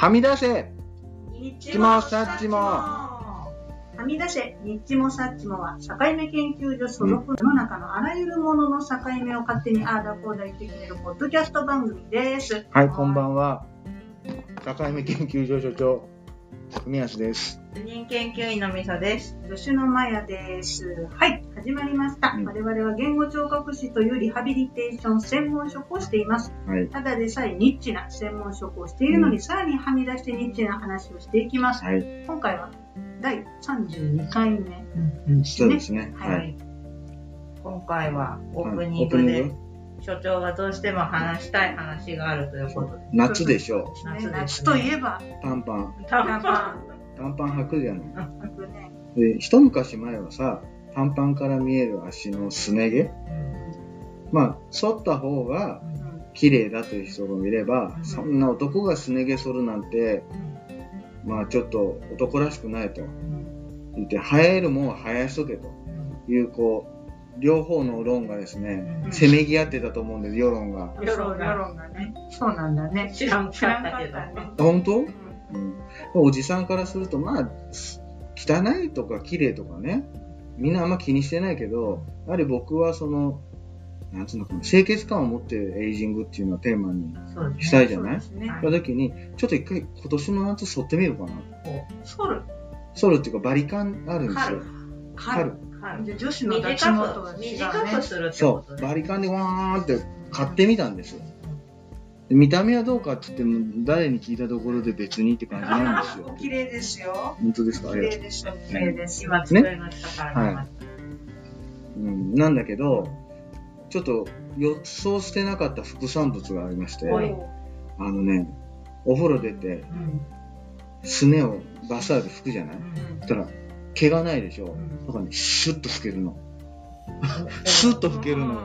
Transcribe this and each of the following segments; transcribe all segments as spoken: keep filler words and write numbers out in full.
はみ出せにっちもさっちも。 はみ出せにっちもさっちもは境目研究所所属の中のあらゆるものの境目を勝手にああだこうだ言って決めるポッドキャスト番組です。 はい、こんばんは。境目研究所所長文安です。 主任研究員のみそです。 助手のまやです。はい、始まりました、うん、我々は言語聴覚士というリハビリテーション専門職をしています、はい、ただでさえニッチな専門職をしているのに、うん、さらにはみ出してニッチな話をしていきます、はい、今回はだいさんじゅうにかいめですね、 うん、そうですね、 はいはい、今回はオープニングで、はい、所長がどうしても話したい話があるということで。 夏でしょ。 夏ですね。夏といえば短パン。 短パン。 短パン履くじゃない。 履くね。 で、一昔前はさ、短パンから見える足のすね毛。うん、まあ、剃った方が綺麗だという人もいれば、うん、そんな男がすね毛剃るなんて、うん、まあちょっと男らしくないと。言って、生えるもんは生やしとけという、こう、両方の論がですね、うん、せめぎ合ってたと思うんです、世論が。 世論が。世論がね。そうなんだね。 知らんかったけど。 本当？うん、おじさんからすると、まあ、汚いとか綺麗とかね、みんなあんま気にしてないけど、やはり僕はその、なんつうのかな、清潔感を持ってエイジングっていうのをテーマにしたいじゃない？そうですね。その時に、ちょっと一回今年の夏剃ってみるかな。 剃る？ 剃るっていうかバリカンあるんですよ。 春。春。じゃあ女子の脱毛とは違うね。 短くするってことね。そう。バリカンでわーって買ってみたんです。見た目はどうかって言っても誰に聞いたところで別にって感じなんですよ。 綺麗ですよ。 本当ですか？ 綺麗ですよ。綺麗です。 今机の下から出ました。 うん、なんだけど、ちょっと予想してなかった副産物がありまして、あのね、お風呂出て、うん、すねをバサーで拭くじゃない？そしたら毛がないでしょ。うん、だからね、シュッと拭けるの。スッと拭けるの。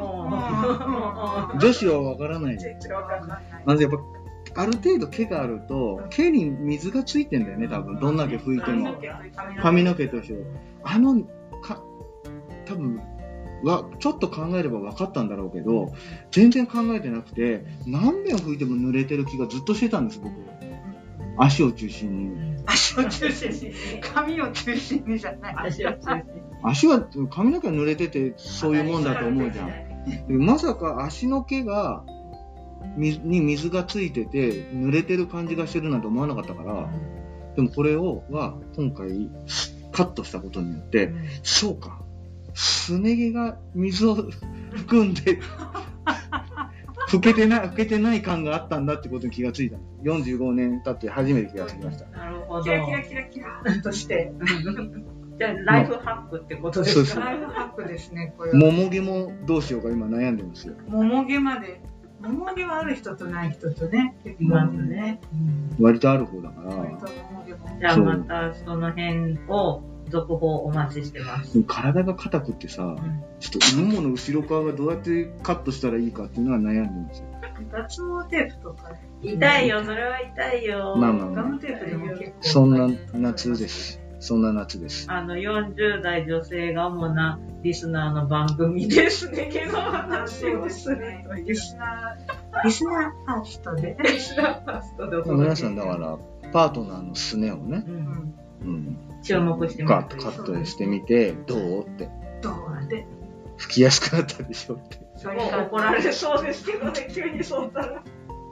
女子はわからない。なんでやっぱ、ある程度毛があると、毛に水がついてんだよね、多分。どんだけ拭いても。髪の毛として。あの、か、多分、は、ちょっと考えれば分かったんだろうけど、全然考えてなくて、何遍拭いても濡れてる気がずっとしてたんです、僕。足を中心に。 足を中心に。髪を中心にじゃない。 足を中心に。 足は、髪の毛が濡れててそういうもんだと思うじゃん。まさか足の毛が、に水がついてて濡れてる感じがしてるなんて思わなかったから、でもこれを、は、今回カットしたことによって、うん、そうか、すね毛が水を含んで、拭けてない、拭けてない感があったんだってことに気がついた。よんじゅうごねん経って初めて気がつきました。 なるほど。 キラキラキラキラとして。 じゃあライフハックってことですか？ ライフハックですね、これは。 もも毛もどうしようか今悩んでますよ。 もも毛まで。もも毛はある人とない人とね、 いますね。 うん、割とある方だから。 割ともも毛も。 じゃあまたその辺を続報お待ちしてます。 体が硬くってさ、うん、ちょっとももの後ろ側がどうやってカットしたらいいかっていうのは悩んでますよ。 脱毛テープとか、ね、 痛いよ、それは痛いよ。 まあまあまあ。 ガムテープでも結構。 そんな夏です。そんな夏です。 あの、よんじゅうだい女性が主なリスナーの番組ですね。毛の話をするという。 リスナー、リスナーファーストで。 リスナーファーストで。 皆さんだから、パートナーのすねをね、うんうん、注目してみて。 カットしてみて、どうって。 どうって。 拭きやすくなったでしょって。 もう怒られそうですけどね、急にそうったら。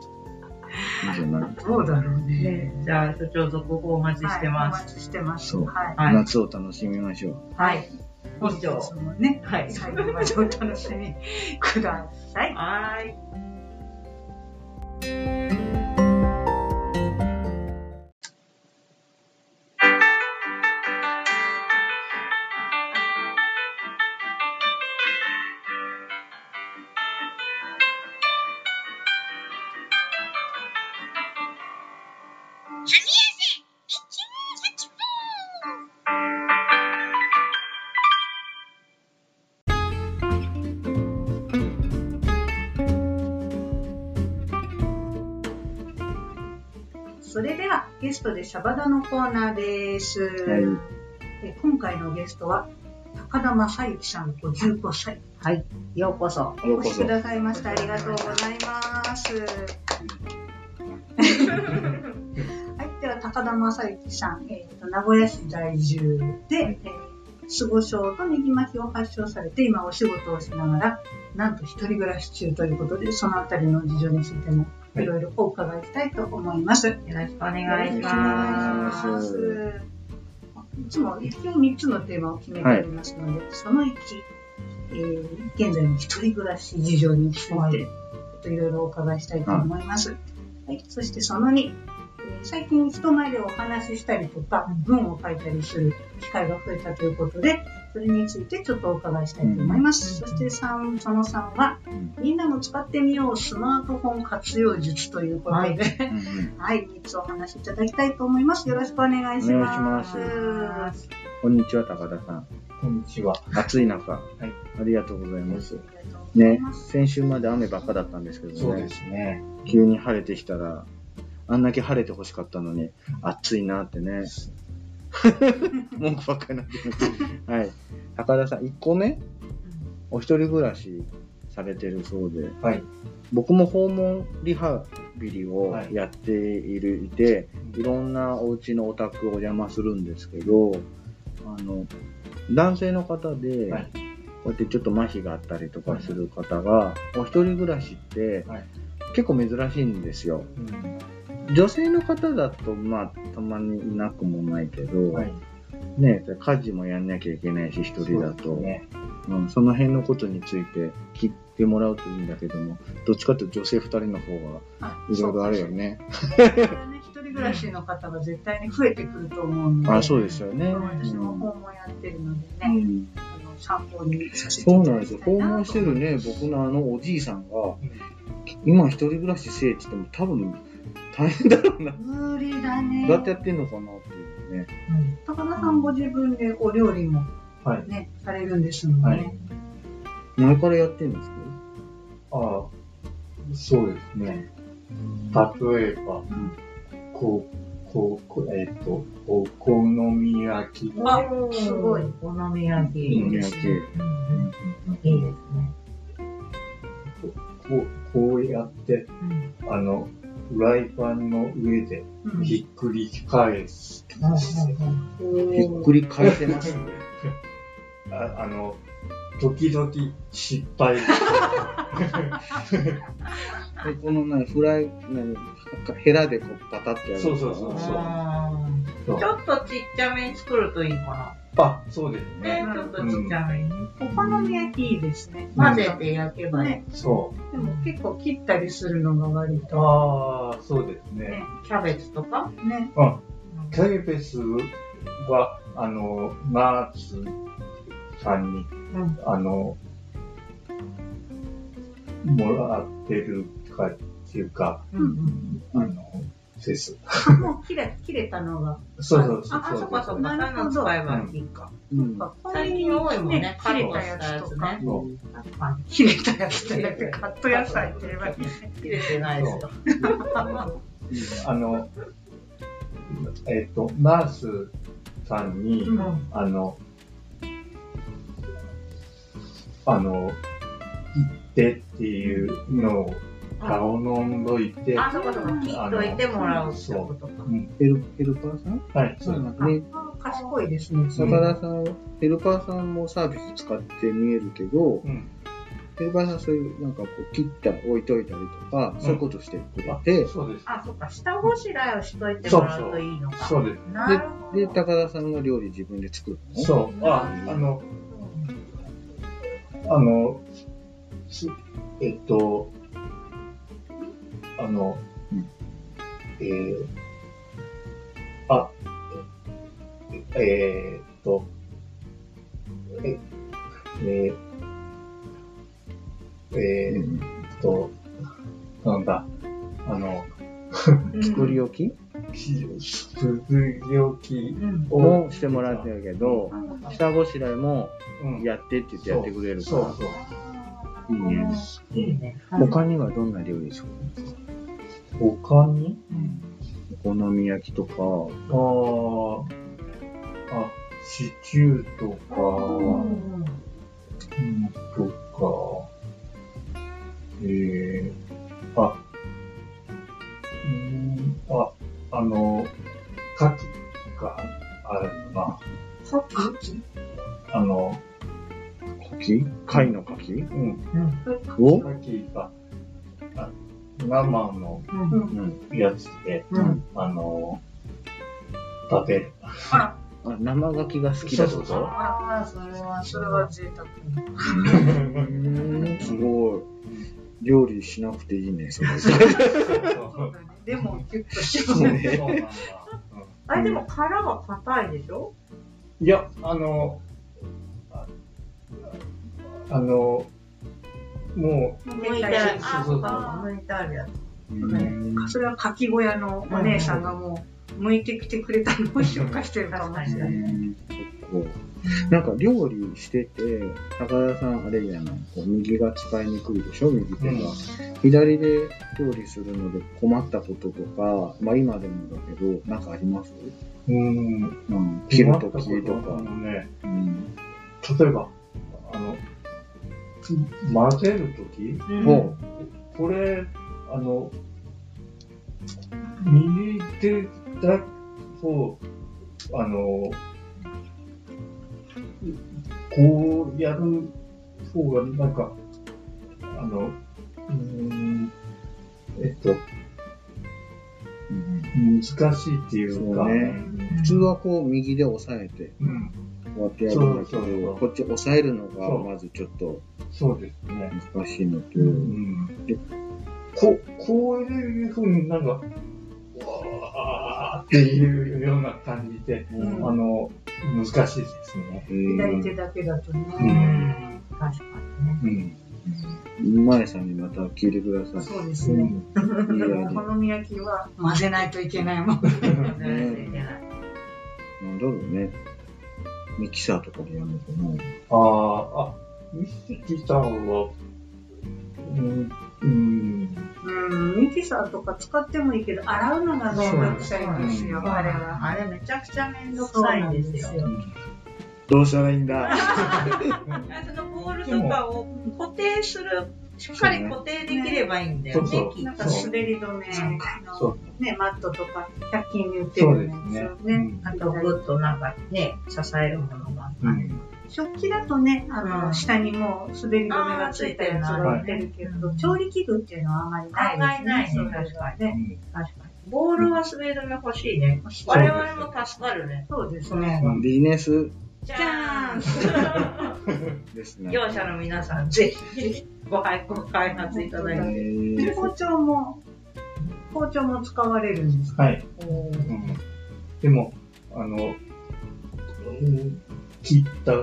どうだろうね。 じゃあ、所長続報お待ちしてます。 お待ちしてます。 そう。夏を楽しみましょう。 はい。以上。 ね。はい。最後までお楽しみください。 はい。 それではゲストでシャバダのコーナーです、はい、え今回のゲストは高田正幸さんごじゅうごさい。 はい、ようこそお越しくださいました。ありがとうございます。 はい、では高田正幸さん、えーと、名古屋市在住で、はい、えー、失語症と右麻痺を発症されて、今お仕事をしながら、なんと一人暮らし中ということで、そのあたりの事情についてもいろいろお伺いしたいと思います。よろしくお願いします。いつも一応みっつのテーマを決めておりますので、はい、そのいち、えー、現在の一人暮らし事情について、いろいろお伺いしたいと思います。はい、そしてそのに、えー、最近人前でお話ししたりとか、文を書いたりする機会が増えたということで、それについてちょっとお伺いしたいと思います。うん、そしてさん、そのさんは、うん、みんなも使ってみようスマートフォン活用術ということで、はい、はい、みっつお話しいただきたいと思います。よろしくお願いします。お願いします。 こんにちは、高田さん。 こんにちは。 暑い中、はい、ありがとうございます。ね、先週まで雨ばっかだったんですけどね。 そうですね。 急に晴れてきたら、あんだけ晴れてほしかったのに、暑いなってね。文句ばっかりなってます。はい。高田さん、いっこめ、お一人暮らしされてるそうで、はい、僕も訪問リハビリをやっている、いて、いろんなお家のお宅をお邪魔するんですけど、あの、男性の方で、はい、こうやってちょっと麻痺があったりとかする方が、お一人暮らしって、はい、結構珍しいんですよ。うん、女性の方だと、まあ、たまにいなくもないけど、はい、ね、家事もやんなきゃいけないし、一人だと、ね、うん、その辺のことについて聞いてもらうといいんだけども、どっちかというと女性二人の方がいろいろあるよね。 一人暮らしの方が絶対に増えてくると思うので、 あ、そうですよね。 私も訪問やってるのでね、うん、あの参考にさせていただきたいなと。 そうなんですよ。訪問してるね、僕のあのおじいさんが、うん、今一人暮らしせえって言っても多分大変だろうな。 無理だね。 どうやってやってんのかなっていうね。 うん、高田さんご自分でお料理もね、はい、されるんですもんね。はい、 前からやってんですか？ ああ、そうですね。例えば、うん、こう、こう、えっ、ー、と、お好み焼き。 あ、すごい。お好み焼き。 お好み焼き。いいですね。 こう、こうやって、うん、あの、フライパンの上でひっくり返す。 うん、ひっくり返せますあ, あの、時々失敗でこのね、フライ、ヘラでこうパタッとやる。 そうそうそうそう。 ちょっとちっちゃめに作るといいかな。あ、そうですね。 ね、ちょっとちっちゃめに。 お好み焼きいいですね。 混ぜて焼けばね。 そう。 でも結構切ったりするのが割と。 ああ、そうですね。 キャベツとかね。 うん。キャベツは、あの、ナーツさんに、うん、あの、もらってるかっていうか、うんうん、あの、です。 もう切れ、切れたのが。 そうそうそう。 あ、そっかそっか。そういうの使えばいいか。最近多いもんね。 切れたやつとか。切れたやつじゃなくて、カット野菜って言えばいいね。 切れてないですよ。 あの、えっと、ナースさんに、あの、あの、切ってっていうのを頼んどいて、 あ、そこそこ切っといてもらうってことか。 ヘル、ヘルパーさん？ はい、そうですね。 賢いですね。 高田さん、ヘルパーさんもサービス使って見えるけど、ヘルパーさんそういうなんかこう切った置いといたりとか、そういうことしてくれて、 そうです。 あ、そっか、下ごしらえをしといてもらうといいのか。 そうです。 で、で、高田さんが料理自分で作るの？ そう。あ、あの、あの、えっと、あの、うん、えー、あ、えー、っと、え、えー、えー、っと、なんだ、あの、 作り置き作り置きをしてもらってるけど、下ごしらえもやってって言ってやってくれるから。そうそう。いいね。いいね。他にはどんな料理ですか？ 他に、 うん、お好み焼きとか、 ああ、シチューとか、うん、とか、えー、あ、 柿貝の柿うん。 を柿が、あ生のやつで、あの、食べる。 あ、生柿が好きだとかああ、それは、それは贅沢。 すごい。料理しなくていいね、それ。 でも、キュッとしてるね。 そうなんだ。 あれでも殻は硬いでしょ？ いや、あの、ああの、もう、 剥いてある。 そうそうそう剥いてあるやつ。 それはかき小屋のお姉さんがもう、剥いてきてくれたのを紹介してるかもしれない。 なんか料理してて、高田さんあれじゃない、こう右が使いにくいでしょ、右手が。うん、左で料理するので困ったこととか、まあ今でもだけど、なんかあります？ うん、うん、 切るときとか。 ね、うん、例えば、あの、混ぜるとき、うん、これ、あの、右手だと、あの、こうやる方が、なんか、あの、うーん、えっと、うん、難しいっていうか、 ね、普通はこう右で押さえて、うん、こうやってやるんだけど、そうそうそう、こっち押さえるのがまずちょっとそうですね、 難しいのと、 うん、でここういうふうになんか、わーっていうような感じで、うん、あの、難しいですね。 左手だけだとね。うん、確かにね。 うん。前さんにまた聞いてください。 そうですね。お好み焼きは混ぜないといけないもん。なんだろうね。ミキサーとかでやるのかな。 ああ、ミキサーは、うん、うん。 うん、ミキサーとか使ってもいいけど、洗うのがめんどくさいんですよ、あれは。 あれめちゃくちゃめんどくさいんですよ。 どうしたらいいんだそのボールとかを固定する、しっかり固定できればいいんだよね。 なんか滑り止めのね、マットとかひゃく均に売ってるんですよね。 あとグッとなんかね、支えるものが。 食器だとね、あの、下にもう滑り止めがついたやつが売ってるけど、調理器具っていうのはあんまりないですね。 ないね、確かに。確かに。ボールは滑り止め欲しいね。我々も助かるね。 そうですね。 ビジネスチャンスですね。業者の皆さん、ぜひ、ご開発いただいて。 包丁も、包丁も使われるんですか？ はい。でも、あの、切った、うん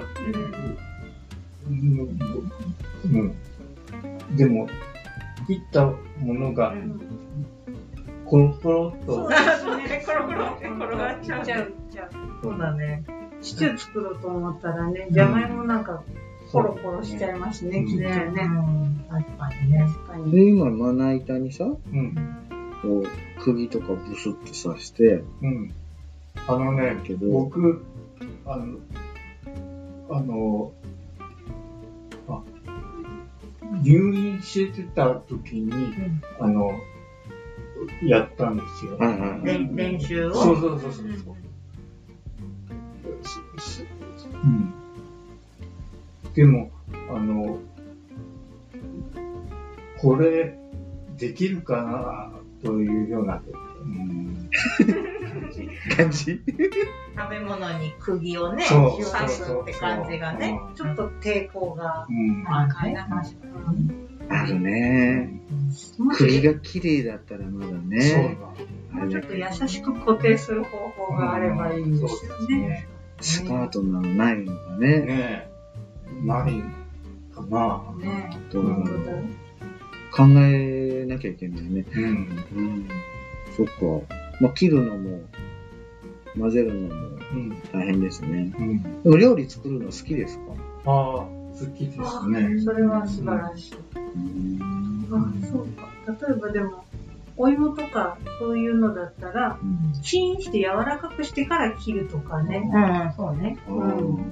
うん、でも、切ったものが、コロコロっと。 そうですね、コロコロって転がっちゃう。そうだね。 シチュー作ろうと思ったらね、じゃがいもなんか、コロコロしちゃいますね、きっとね。 確かにね。 で、今、まな板にさ、こう、釘とかブスッと刺して、 あのね、僕、あの、あの、あ、入院してた時に、うん、あの、やったんですよ。 練習をそうそうそうそう。うん、でも、あの、これ、できるかな、というような、うん、 感じ食べ物に釘をね、刺すって感じがね、 ちょっと抵抗があるね。 あるね。釘が綺麗だったらまだね。 もうちょっと優しく固定する方法があればいいんですよね。 スカートなのないのかね。 ねないかな。 ねどうなの考えなきゃいけないね。うん。うん、そっか。まあ、切るのも、混ぜるのも大変ですね。うん、でも料理作るの好きですか？ ああ、好きですね。 それは素晴らしい。うん、あ、そうか。例えばでも、お芋とかそういうのだったら、うん、チンして柔らかくしてから切るとかね。 うん、そうね。 うん、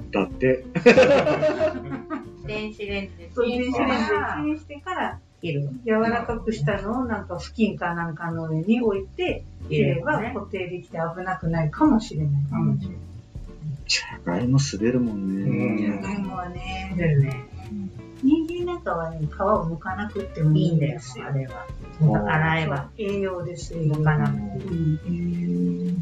だって。 電子レンジでチンしてから切る。柔らかくしたのをなんか布巾かなんかの上に置いて切れば固定できて危なくないかもしれない。 じゃがいも滑るもんね。 じゃがいもはね。 滑るね。 人参なんかはね、皮を剥かなくってもいいんですよ。 あれは。洗えば。 栄養ですよ。 剥かなくていい。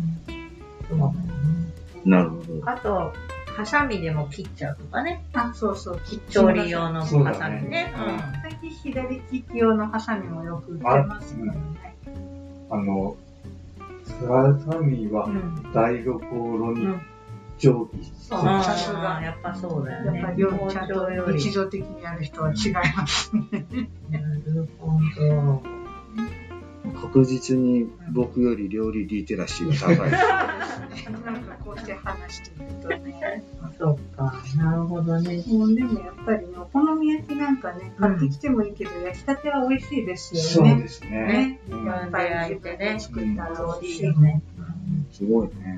なるほど。 あと、ハサミでも切っちゃうとかね。 あ、そうそう、 調理用のハサミね。 最近左利き用のハサミもよく売ってますからね。 あの、ハサミは台所に常備して、 さすが。 やっぱそうだよね。 やっぱりちゃんと日常的にやる人は違いますね。 なるほど。 確実に僕より料理リテラシーが高い。 なんかこうして話してるとね。 そっか、なるほどね。 もうでもやっぱりお好み焼きなんかね、買ってきてもいいけど、焼きたては美味しいですよね。 そうですね。 やっぱり焼いてね、作ったら美味しいね。 すごいね。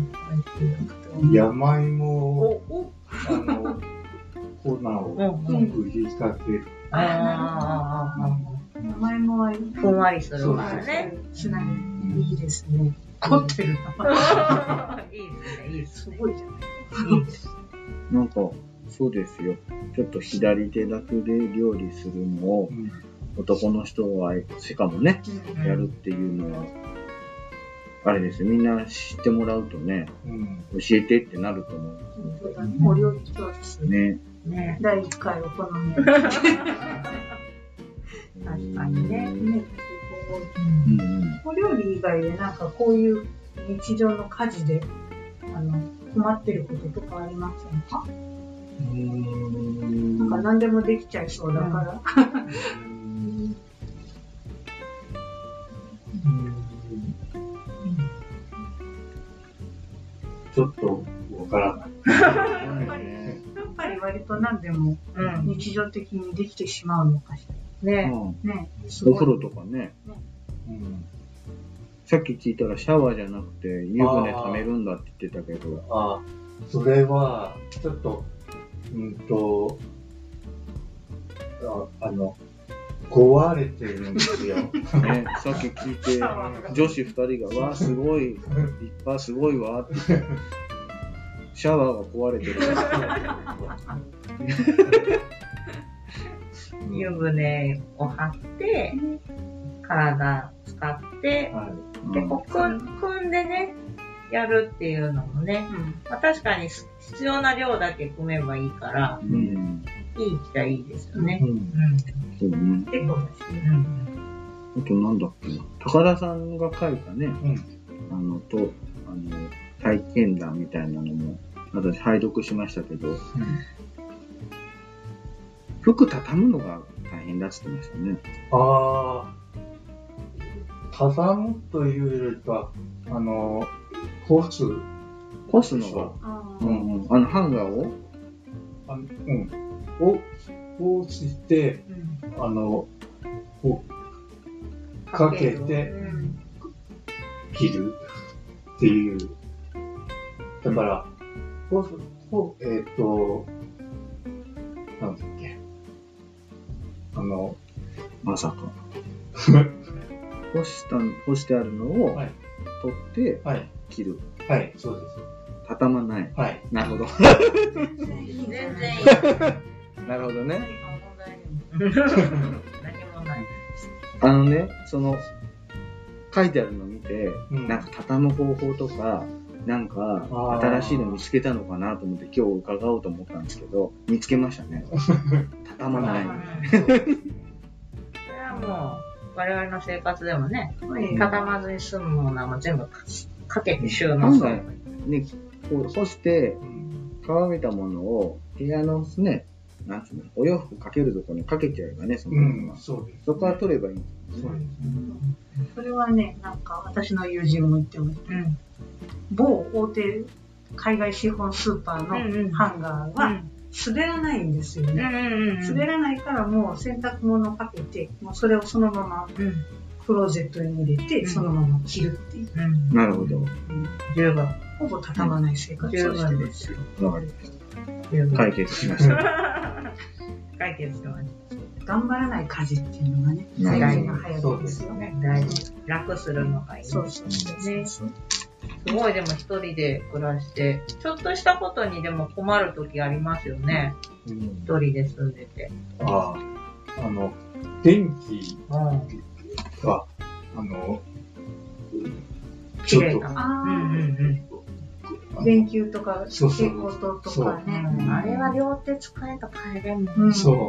山芋を、あの、粉を振りかける。 ああ、 山芋はふんわりするからね。 つなぎいいですね。凝ってるな。いいですね、いいです。 すごいじゃない。 いいです。 なんか、そうですよ。ちょっと左手だけで料理するのを、男の人は、しかもね、やるっていうのは、あれですよ。みんな知ってもらうとね、教えてってなると思うんですよ。 お料理教室ね。 ね。だいいっかいお好み焼き。 確かにね。ね、 うんうん、 お料理以外でなんかこういう日常の家事であの困ってることとかありませんか？うーん、なんか何でもできちゃいそうだから。うんちょっとわからない。 やっぱり、やっぱり割と何でも日常的にできてしまうのかしら。 ね、 うん、ね、お風呂とかね、ね、うん、さっき聞いたらシャワーじゃなくて湯船溜めるんだって言ってたけど、 ああ、それはちょっとうんと あ, あの壊れてるんですよ。ね、 さっき聞いて女子二人がわあすごい立派すごいわって言ってシャワーが壊れてる。 湯船を張って、体使って、はい、結構組んでね、やるっていうのもね、うんまあ、確かに必要な量だけ組めばいいから、うん、いいっちゃいいですよね。うんうん、 そうね。 結構だし、うん。 あとなんだっけな、高田さんが書いたね、うん、あの、と、あの、体験談みたいなのも、私拝読しましたけど、うん服畳むのが大変だって言ってましたね。 ああ、畳むというよりか、あの、干す。 干すのが、うんうん、あの、ハンガーをあうん。を、をして、うん、あの、こう、かけて、切るっていう。だから、干す、えっと、なんだっけ。あの、 まさか。干した、干してあるのを取って切る。 はい、はい、そうです。 畳まない。 はい。 なるほど。 全然いい。 なるほどね。 何もない。 あのね、その、書いてあるのを見て、うん、なんか畳む方法とか、なんか新しいの見つけたのかなと思って今日伺おうと思ったんですけど、見つけましたね。畳まない。 それはもう我々の生活でもね、畳まずに済むものはもう全部かけて収納する。 ね、こう干して乾いたものを部屋のね、なんつうの、お洋服かけるところにかけちゃえばね、そのまま、うん、そうですね、そこから取ればいいんですね。 それはね、なんか私の友人も言ってました。うん、某大手海外資本スーパーのハンガーは滑らないんですよね。滑らないからもう洗濯物かけて、もうそれをそのままクローゼットに入れて、そのまま着るっていう。 うん、なるほど。 十分。 ほぼ畳まない生活をしてるんですよ。 わかりました。解決しました。 解決しました。 頑張らない家事っていうのがね、最近の流行りですよね。 大事。楽するのがいい。 そうそうそうね。 すごいでも一人で暮らして、ちょっとしたことにでも困る時ありますよね。 一人で住んでて。 ああ、あの、電気が、あの、ちょっと、 電球とか、蛍光灯とかね。 あれは両手使えと帰れんもん。 そう。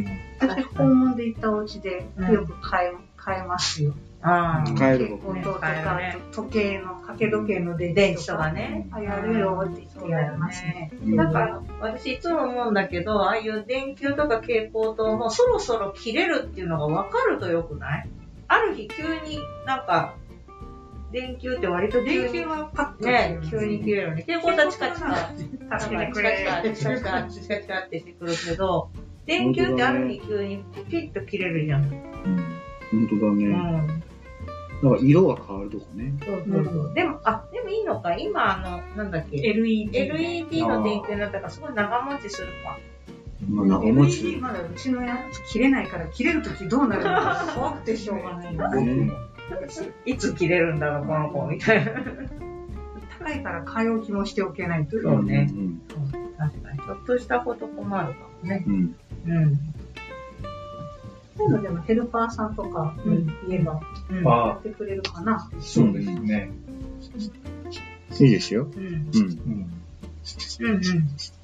私、訪問で行ったお家でよく買え、買えますよ。 ああ、買える。 蛍光灯とか、時計の、掛け時計の電池とかね。あ、やるよって言ってやりますね。 なんか、私いつも思うんだけど、ああいう電球とか蛍光灯もそろそろ切れるっていうのが分かるとよくない？ある日急になんか、電球って割と電球はパッとね、急に切れるね。蛍光灯はチカチカ、助けてくれ、チカチカ、チカチカ、チカチカってしてくるけど、電球ってある日急にピッと切れるじゃん。うん。 本当だね。うん。なんか色が変わるとかね。 そうそうそう。でも、あ、でもいいのか。今、あの、なんだっけ。 エルイーディー。 エルイーディー の電球になったから、すごい長持ちするか。 まあ、長持ち。 エルイーディー まだうちのやつ切れないから、切れるときどうなるのか怖くてしょうがないな。 いつ切れるんだろう、この子、みたいな。 高いから買い置きもしておけないという。 そうね。確かに。ちょっとしたこと困るかもね。うん。うん。でもでもヘルパーさんとか言えばやってくれるかな。 そうですね。 いいですよ。 うん。うん。うん。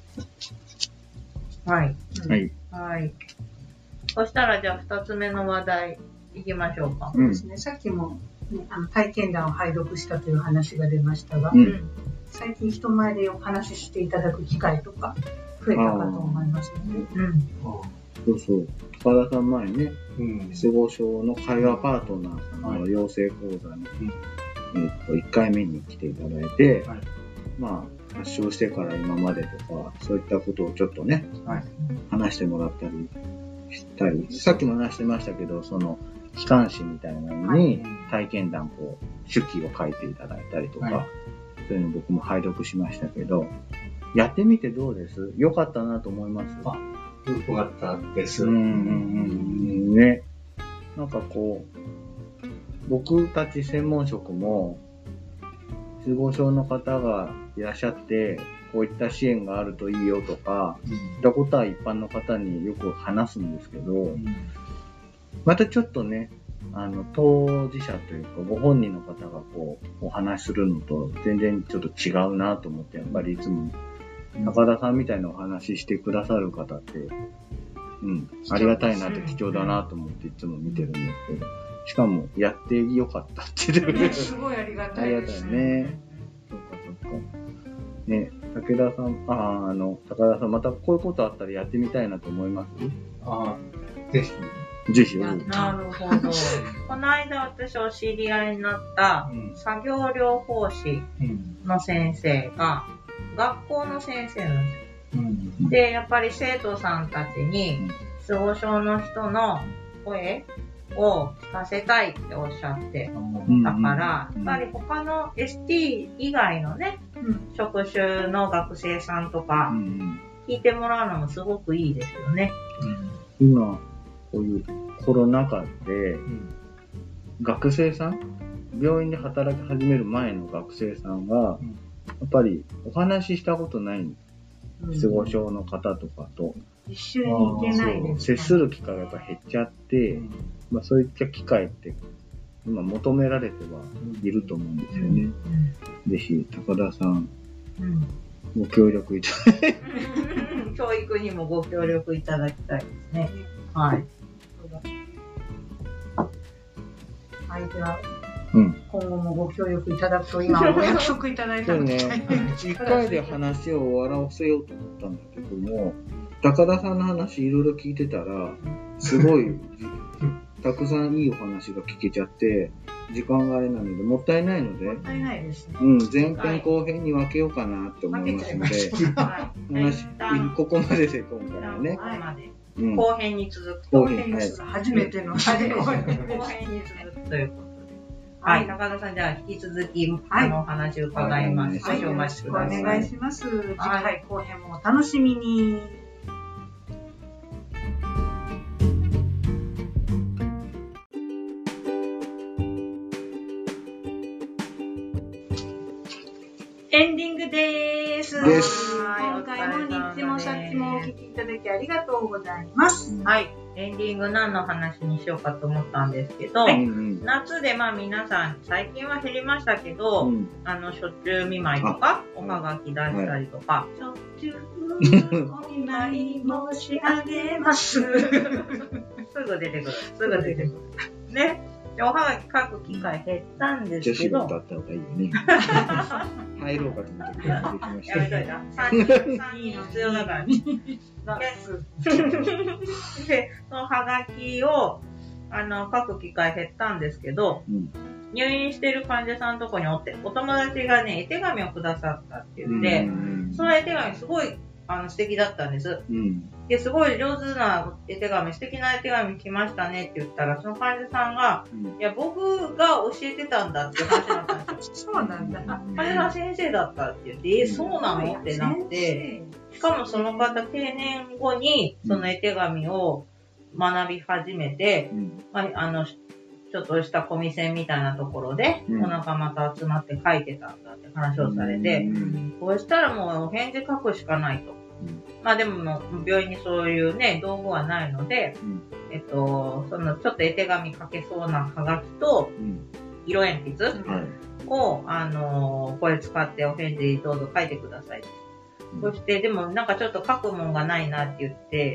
はい。 はい。 はい。そしたらじゃあ二つ目の話題行きましょうか。 そうですね。さっきもあの体験談を拝読したという話が出ましたが、最近人前でお話ししていただく機会とか増えたかと思いますので。うん。 そうそう。高田さん前ね、失語症の会話パートナーさんの養成講座に、えっといっかいめに来ていただいて、まあ発症してから今までとかそういったことをちょっとね、話してもらったりしたり、さっきも話してましたけど、その機関誌みたいなのに体験談こう手記を書いていただいたりとか、そういうの僕も拝読しましたけど、やってみてどうです？良かったなと思います？ よかったです。 うんうんうんね。なんかこう、僕たち専門職も、失語症の方がいらっしゃって、こういった支援があるといいよとか、うん、そういったことは一般の方によく話すんですけど、うん、またちょっとね、あの、当事者というか、ご本人の方がこう、お話しするのと全然ちょっと違うなと思って、やっぱりいつも、高田さんみたいなお話ししてくださる方って、うん、ありがたいなって貴重だなと思っていつも見てるんですけど、しかもやってよかったって言ってる。 すごいありがたいですね。 ありがたいね。そっかそっか。ね、武田さん、あ、あの、高田さん、またこういうことあったらやってみたいなと思います？ ああ、ぜひ。 ぜひ。 なるほど。この間私お知り合いになった作業療法士の先生が、学校の先生なんですよ。うん、で、やっぱり生徒さんたちに、失語症の人の声を聞かせたいっておっしゃってたから、やっぱり他の エスティー 以外のね、うん、職種の学生さんとか、聞いてもらうのもすごくいいですよね。 うん、今、こういうコロナ禍で、うん、学生さん、病院で働き始める前の学生さんが、うんやっぱりお話ししたことない、失語症の方とかと、 一緒に行けないです、 接する機会がやっぱ減っちゃって、うんまあ、そういった機会って今求められてはいると思うんですよね。うんうん、ぜひ高田さん、うん、ご協力いただいて教育にもご協力いただきたいですね。はい。 はい、ではうん、今後もご協力いただくと今お約束いただいたので、ね、 いっかいで話を終わらせようと思ったんだけども、高田さんの話いろいろ聞いてたらすごいたくさんいいお話が聞けちゃって時間があれなのでもったいないので、 もったいないですね。 うん、前編後編に分けようかなと思いますので、はい、話ここまでで今回はね。 うん、後編に続く。 後編に続く。初めての後編に続くということで。はい、中田さん、じゃあ引き続き、あの、お話を伺います。 はい、よろしくお願いします。次回後編もお楽しみに。エンディングでーす。 です。 今回回もニッチもサッチもお聞きいただきありがとうございます。 はい。エンディング何の話にしようかと思ったんですけど、はい、夏でまあ皆さん、最近は減りましたけど、うん、あの、しょっちゅう見舞いとか、おはがき出したりとか、しょっちゅうお見舞い申し上げます。すぐ出てくる。すぐ出てくる。ね。おはがき書く機会減ったんですけど。 女子だった方がいいよね。入ろうかと思って、 やめといた。さんにん、さんにんの必要だからね。で、そのはがきを、あの、書く機会減ったんですけど、うん、入院してる患者さんのとこにおって、お友達がね、絵手紙をくださったって言って、その絵手紙すごい、あの、素敵だったんです。うん、で、すごい上手な絵手紙、素敵な絵手紙来ましたねって言ったら、その患者さんが、うん、いや、僕が教えてたんだって話になったんですよ。 そうなんだ。 患者さん先生だったって言って、え、そうなのってなって、しかもその方定年後にその絵手紙を学び始めて、うん、まあ、あの、ちょっとしたコミセンみたいなところで、うん、お仲間と集まって書いてたんだって話をされて、うん、こうしたらもうお返事書くしかないと。うん、まあでも、病院にそういうね、道具はないので、うん、えっと、そのちょっと絵手紙書けそうなはがきと、うん、色鉛筆を、うん、あの、これ使ってお返事どうぞ書いてください。そして、でもなんかちょっと書くもんがないなって言って、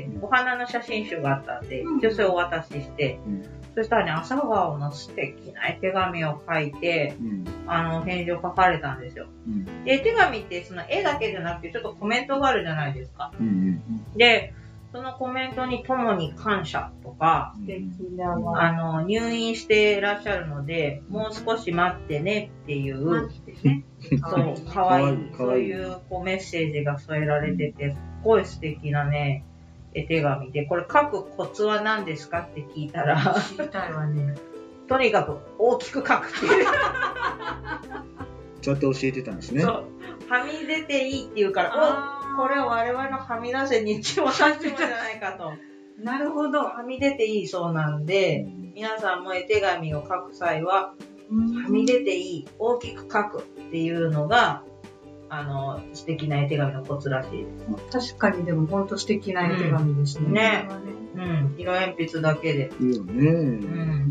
お花の写真集があったんで、一応それをお渡しして、うん、そしたらね、朝顔の素敵な絵手紙を書いて、うん、あの、返事を書かれたんですよ。うん、で、絵手紙ってその絵だけじゃなくて、ちょっとコメントがあるじゃないですか。うん、で、そのコメントに共に感謝とか、素敵だわ。あの、入院していらっしゃるので、もう少し待ってねっていう、待ってね。そう、かわいい。そういうこうメッセージが添えられてて、すっごい素敵なね、絵手紙で、これ書くコツは何ですかって聞いたら、 聞きたいわね。 とにかく大きく書くっていう。 ちゃんと教えてたんですね。そう。 はみ出ていいって言うから、お、これは我々のはみ出せに一応させてもじゃないかと。 なるほど。 はみ出ていいそうなんで、うん、皆さんも絵手紙を書く際は、はみ出ていい、大きく書くっていうのが、あの、素敵な絵手紙のコツらしいです。確かにでも本当素敵な絵手紙ですね。うん、ね。 うん。色鉛筆だけで。 いいよね。うん。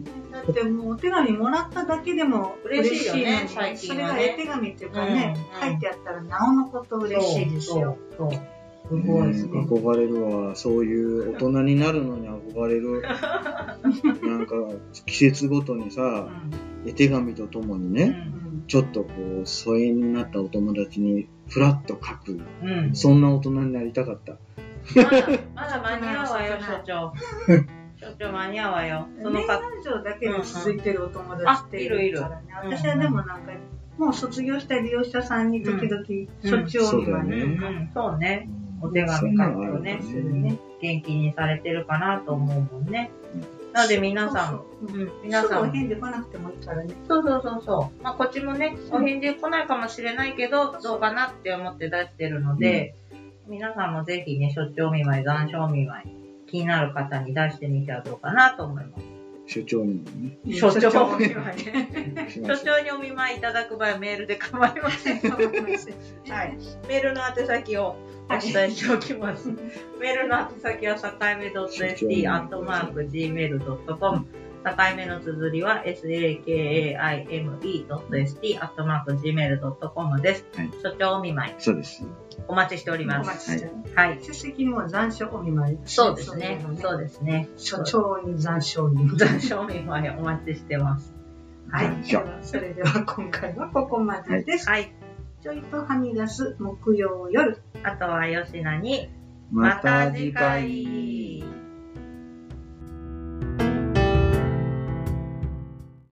だってもうお手紙もらっただけでも嬉しいよね、最近はね。 それが絵手紙っていうかね、うん、書いてあったらなおのこと嬉しいですよ。そう。そうすごいですね。憧れるわ。そういう大人になるのに憧れる。なんか季節ごとにさ、うん、絵手紙とともにね、うん、ちょっとこう疎遠になったお友達にフラッと書く、うん、そんな大人になりたかった。 まだまだ間に合うわよ、所長。所長間に合うわよ。 その年賀状だけで続いてるお友達っているからね。うんうん、私はでもなんか、もう卒業した利用者さんに時々しょっちゅうお見舞いとか。 そうね。お手紙書くとね、ね、元気にされてるかなと思うもんね。なので皆さん、 皆さん。お返事来なくてもいいからね。 そうそうそうそう。まあこっちもね、お返事来ないかもしれないけど、どうかなって思って出してるので、うん、皆さんもぜひね、しょっちゅうお見舞い、残暑お見舞い、気になる方に出してみてはどうかなと思います。 所長にもね。 所長お見舞いね。所長にお見舞いいただく場合はメールで構いません。はい。メールの宛先をお伝えしておきます。メールの宛先は、さかいめ .st アットマーク ジーメール ドットコム。さかいめの綴りは サカイメ ドット エスティー アットマーク ジーメール ドットコム です。はい、所長お見舞い。 そうです。 お待ちしております。 お待ちしております。はい。出席にも残暑お見舞い。 そうですね。そうですね。 所長に残暑お見舞い。 残暑お見舞いお待ちしてます。 はい。それでは今回はここまでです。はい。ちょいとはみ出す木曜夜。 あとは吉菜に、また次回。